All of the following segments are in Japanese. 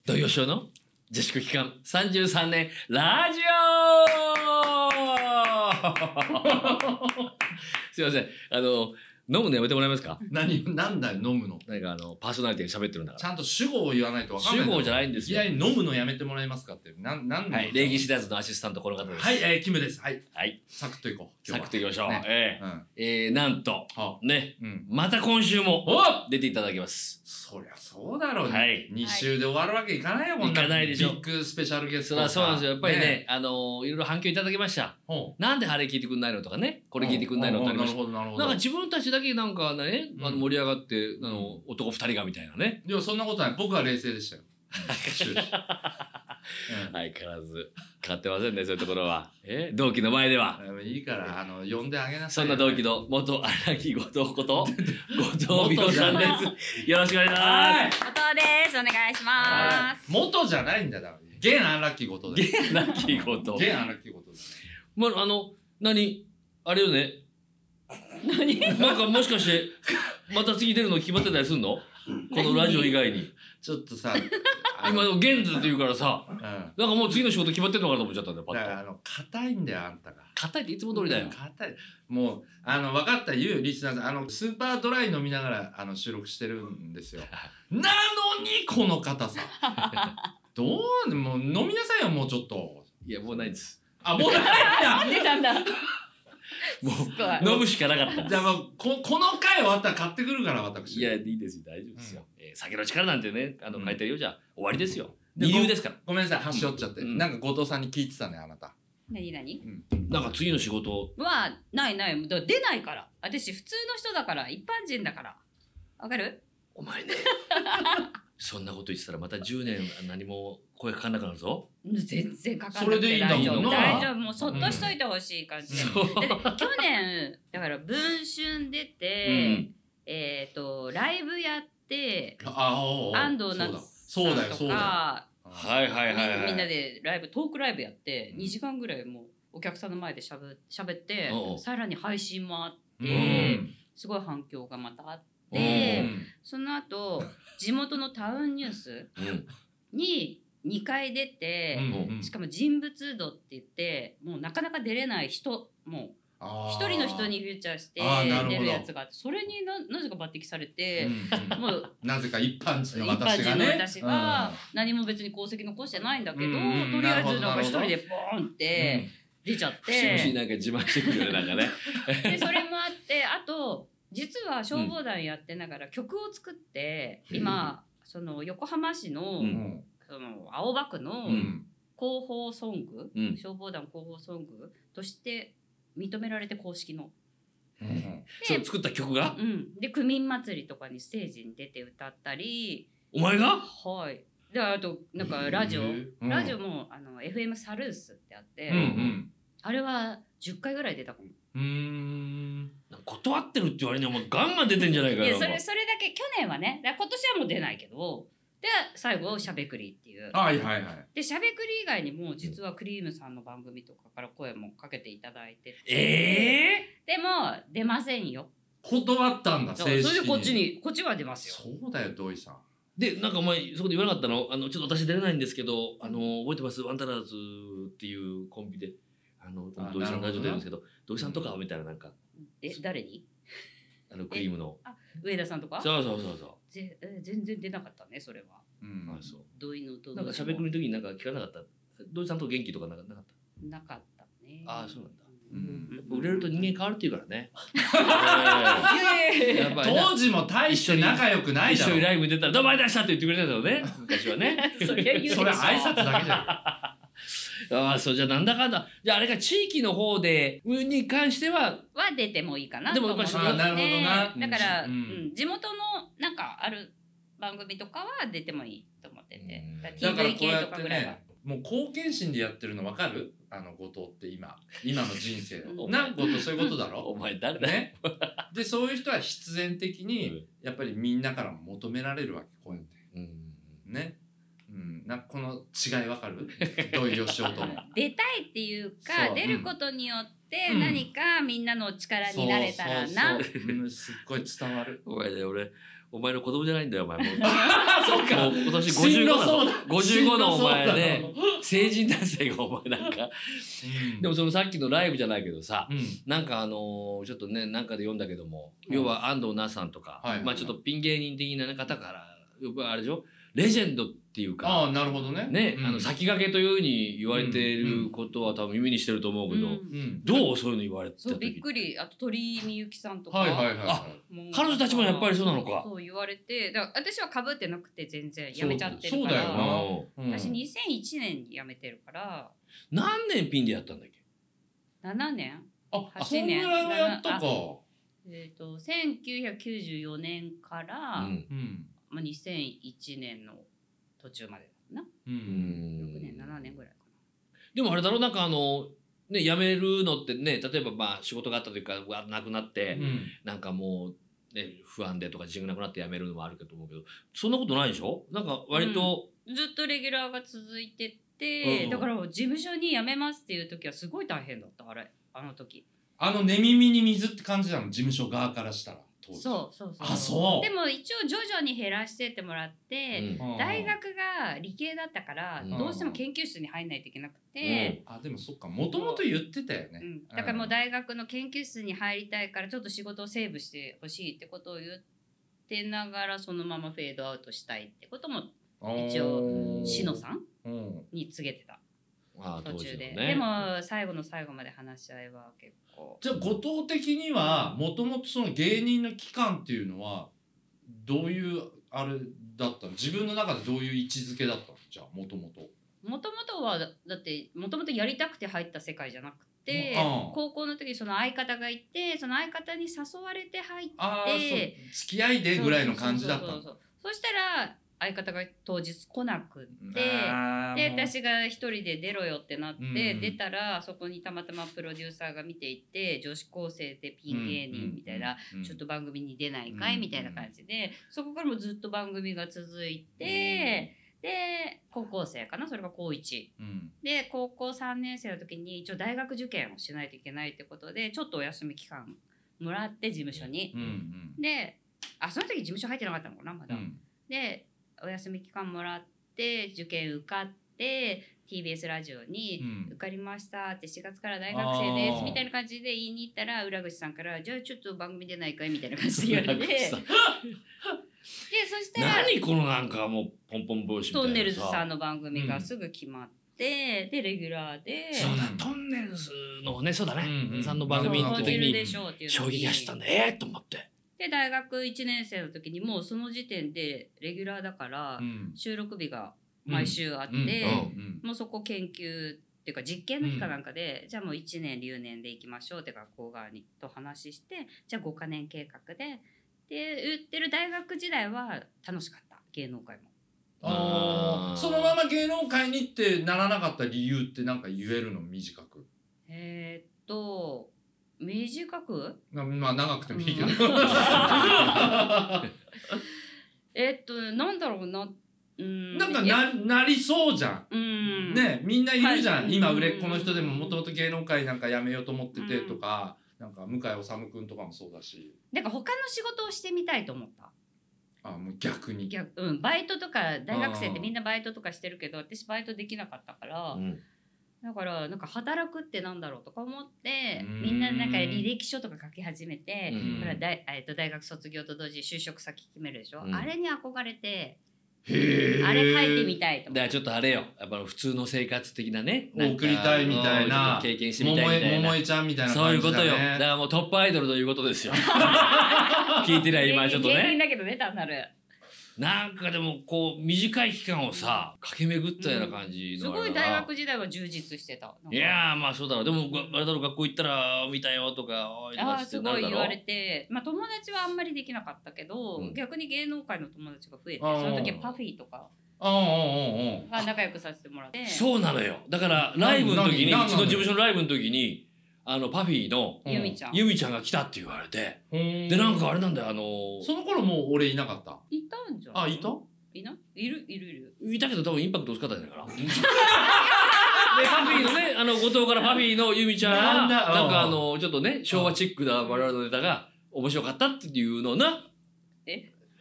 土曜ショーの自粛期間33年ラジオすいません。飲むのやめてもらえますか？ なんだよ飲むの。 なんかパーソナリティが喋ってるんだから。 ちゃんと主語を言わないと分かんない。 主語じゃないんですよ。 いや飲むのやめてもらえますかって。なんはい。礼儀知らずのアシスタントこの方です。 はい、キムです。はい。 はい。 サクッといこう。 サクッといきましょう。 ねなんと、ね、 うん、 また今週も出ていただきます。 そりゃそうだろうね。 はい。 2週で終わるわけいかないよ、こんな。 いかないでしょ。 ビッグスペシャルゲスト。 そうなんですよ。やっぱりね、いろいろ反響いただきました。なんであれ聞いてくんないのとかね、これ聞いてくんないのってありました。なるほど。なんか自分たちだけなんかね、盛り上がって、男2人がみたいなね。 いや、そんなことない。僕は冷静でしたよ。 相変わらず変わってませんね、そういうところは。同期の前では。 いいから、呼んであげなさい。 そんな同期の元荒木後藤こと後藤美穂さんです。よろしくお願いします。 後藤です。お願いします。 元じゃないんだよ。現荒木後藤です。現荒木後藤。 現荒木後藤です。 まあ、あれよね。なんかもしかして、また次出るの決まってたりすんの？このラジオ以外に。 ちょっとさ、 今のゲンズって言うからさ、なんかもう次の仕事決まってんのかなと思っちゃったんだよ、パッと。 だから硬いんだよ、あんたが。 硬いっていつも通りだよ。 硬い。もう、分かった言う、リスナーさん。スーパードライ飲みながら、収録してるんですよ。なのに、この硬さ。もう飲みなさいよ、もうちょっと。 いや、もうないです。 あ、もうないんだなんでなんだもう、飲むしかなかった。 じゃあもう、この回終わったら買ってくるから、私。 いや、いいですよ、大丈夫ですよ。酒の力なんてね、書いてるようじゃ終わりですよ。二流ですから。 ごめんなさい、端折っちゃって。なんか後藤さんに聞いてたね、あなた。 何なんか次の仕事は、ない。出ないから。私、普通の人だから、一般人だから。わかる？ お前ね。そんなこと言ってたらまた10年何も声かかんなくなるぞ。 全然かかんなくてそれでいいんだもんな。 大丈夫。もうそっとしといてほしい感じ。だって去年、だから文春出て、ライブやって、安藤夏さんとか、みんなでトークライブやって、2時間ぐらいもうお客さんの前で喋って、さらに配信もあって、すごい反響がまたあって、その後、地元のタウンニュースに2回出て、しかも人物度って言って、もうなかなか出れない人、もう一人の人にフューチャーして出るやつがあって、それになぜか抜擢されて、もうなぜか一般人の私が何も別に功績残してないんだけど、とりあえずなんか一人でボーンって出ちゃって、 なんか自慢してくるよね、なんかね。 でそれもあって、あと実は消防団やってながら曲を作って、今その横浜市のその青葉区の広報ソング、消防団広報ソングとして認められて、公式の。 そう作った曲が？ で、区民祭りとかにステージに出て歌ったり。 お前が？ はい。で、あと、なんかラジオもFM サルースってあって、あれは10回ぐらい出たかも。 断ってるって言われにはもうガンガン出てんじゃないかよ。 いや、それだけ去年はね、今年はもう出ないけど、で、最後、しゃべくりっていう。で、しゃべくり以外にも、実はクリームさんの番組とかから声もかけていただいてて。でも、出ませんよ。 断ったんだ、正式に。 それでこっちは出ますよ。 そうだよ、土井さん。 で、なんかお前、そこで言わなかったの？ちょっと私出れないんですけど、覚えてます？ワンタラーズっていうコンビで、土井さんラジオ出るんですけど、土井さんとかみたいななんか。 誰に？ クリームの。 上田さんとか？ そう。 全然出なかったね、それは。 そう。 土井のなんかしゃべくりの時になんか聞かなかった？土井さんと元気とかなかった？ なかったね。 そうなんだ。売れると人間変わるっていうからね。 当時も大して仲良くないだろ。 一緒にライブ出たら「どうもありがとうございました」って言ってくれたんだよね、昔はね。 それ挨拶だけじゃん。 そうじゃあなんだかんだ。じゃああれか、地域の方でに関しては出てもいいかなと思って。でもなるほどな。 だから地元のなんかある番組とかは出てもいいと思ってて。 だからこうやってね、もう貢献心でやってるの分かる？後藤って今の人生な後藤、そういうことだろ。 お前誰だね。でそういう人は必然的にやっぱりみんなからも求められるわけ、こうやってね。この違い分かる？土井善雄との出たいっていうか、出ることによって何かみんなの力になれたらな。 すっごい伝わる。 お前の子供じゃないんだよお前もうそうかもう今年55 進路なの相談 55のお前で進路成人男性がお前なんかでもそのさっきのライブじゃないけどさ、なんかちょっとねなんかで読んだけども、要は安藤なさんとか、まあちょっとピン芸人的な方からあれでしょレジェンドっていうか、 ああなるほどね。 ね、先駆けというふうに言われていることは多分耳にしてると思うけど、どうそういうの言われてた時。 そうびっくり。あと鳥居みゆきさんとか。 あ、彼女たちもやっぱりそうなのか。 そう言われて、だから私は被ってなくて全然辞めちゃってるから。 そうだよな。私2001年に辞めてるから。 何年ピンでやったんだっけ ？7年 ？8年。そんぐらいはやったか。 1994年から、まあ、2001年の途中までだな。6年7年ぐらいかな。 でもあれだろうなんかね辞めるのってね例えばまあ仕事があったというかなくなって、なんかもうね不安でとか自信がなくなって辞めるのもあると思うけどそんなことないでしょ？なんか割と、 ずっとレギュラーが続いてて、だから事務所に辞めますっていう時はすごい大変だったあの時。 寝耳に水って感じなの事務所側からしたら。 そう。 あ、そう。 でも一応徐々に減らしてってもらって、大学が理系だったからどうしても研究室に入んないといけなくて、 あでもそっかもともと言ってたよね、 だからもう大学の研究室に入りたいからちょっと仕事をセーブしてほしいってことを言ってながらそのままフェードアウトしたいってことも一応志乃さんに告げてた。途中で、でも最後の最後まで話し合いは結構。 じゃあ後藤的にはもともとその芸人の期間っていうのはどういうあれだったの？自分の中でどういう位置づけだったの？じゃあもともとはだってもともとやりたくて入った世界じゃなくて、高校の時その相方がいてその相方に誘われて入って付き合いでぐらいの感じだったの。 そしたら相方が当日来なくってで私が一人で出ろよってなって、出たらそこにたまたまプロデューサーが見ていて女子高生でピン芸人みたいな、ちょっと番組に出ないかいみたいな感じでそこからもずっと番組が続いて、で高校生かなそれが高1、で高校3年生の時に一応大学受験をしないといけないってことでちょっとお休み期間もらって事務所に、でその時事務所入ってなかったのかなまだ、でお休み期間もらって受験受かって TBS ラジオに受かりましたって4月から大学生ですみたいな感じで言いに行ったら浦口さんからじゃあちょっと番組出ないかいみたいな感じで言われてでそしたら何このなんかもうポンポン帽子みたいなトンネルズさんの番組がすぐ決まって、でレギュラーでそうだトンネルズのねそうだね、さんの番組行った時に衝撃がしたんでと思って。 で大学1年生の時にもうその時点でレギュラーだから、収録日が毎週あって、もうそこ研究っていうか実験の日かなんかで、じゃあもう1年留年でいきましょうって学校側にと話してじゃあ5カ年計画でって言ってる大学時代は楽しかった芸能界も。 そのまま芸能界にってならなかった理由ってなんか言えるの短く？ 短く？ まあ長くてもいいけど。 なんだろうな。 なんかなりそうじゃん。ねみんないるじゃん。今売れっ子の人でももともと芸能界なんか辞めようと思っててとか、なんか向井理くんとかもそうだし。 なんか他の仕事をしてみたいと思った。 もう逆に。 バイトとか大学生ってみんなバイトとかしてるけど、私バイトできなかったから。だからなんか働くってなんだろうとか思ってみんななんか履歴書とか書き始めて大学卒業と同時に就職先決めるでしょ、あれに憧れてあれ書いてみたいと思って。 だからちょっとあれよやっぱ普通の生活的なね送りたいみたいな経験してみたいみたいな桃江ちゃんみたいな感じだね。そういうことよ。だからもうトップアイドルということですよ。聞いてない今ちょっとね芸人だけどね単なるなんかでもこう短い期間をさ駆け巡ったような感じの、 すごい大学時代は充実してた。 いやまあそうだろう。でもあれだろう学校行ったら見たよとかすごい言われて、まあ友達はあんまりできなかったけど、逆に芸能界の友達が増えてその時はパフィーとかが仲良くさせてもらって。 そうなのよ。だからライブの時にうちの事務所のライブの時にパフィーのユミちゃんが来たって言われて、でなんかあれなんだよその頃もう俺いなかった。 いたんじゃん。 いた？ いる。 いたけど多分インパクト薄かったんじゃないかな。でパフィーのね後藤からパフィーのユミちゃんがなんかちょっとね昭和チックな我々のネタが面白かったっていうのな。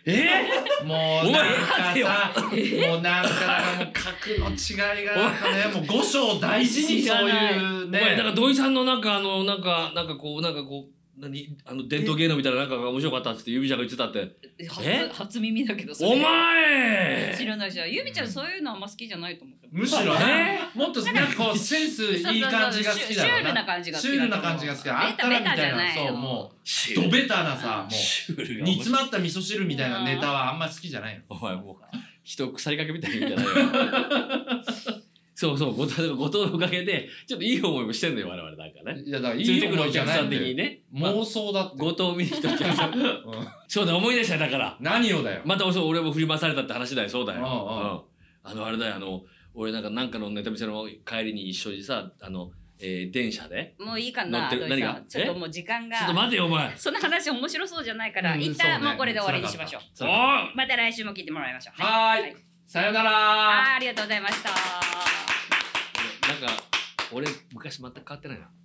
もうなんかさもうなんかもう格の違いがなんかねもう五章大事にそういうね。 お前だから土井さんのなんかなんかこう伝統芸能みたいななんかが面白かったっつってゆみちゃんが言ってたって。 初耳だけどお前知らないじゃん。ゆみちゃんそういうのあんま好きじゃないと思う。 むしろもっとなんかこうセンスいい感じが好きだろうな。 シュールな感じが好きだ。 シュールな感じが好きだ。あったらみたいなそうもうドベタなさもう煮詰まった味噌汁みたいなネタはあんま好きじゃないの。 お前もう人腐りかけみたいに言うんじゃないよ。そう後藤のおかげでちょっといい思いもしてんのよ我々なんかね。 いやだからいい思いじゃないんだよ。妄想だって。 後藤見に来たお客さん。そうだ思い出しただから。 何をだよ。 また俺も振り回されたって話だよ。そうだよ。あれだよ俺なんかのネタ見せの帰りに一緒にさ電車でもういいかな。何がちょっともう時間が。 ちょっと待てよお前。 その話面白そうじゃないから一旦もうこれで終わりにしましょう。また来週も聞いてもらいましょう。 はい。さよなら。 ありがとうございました。 なんか俺昔全く変わってないな。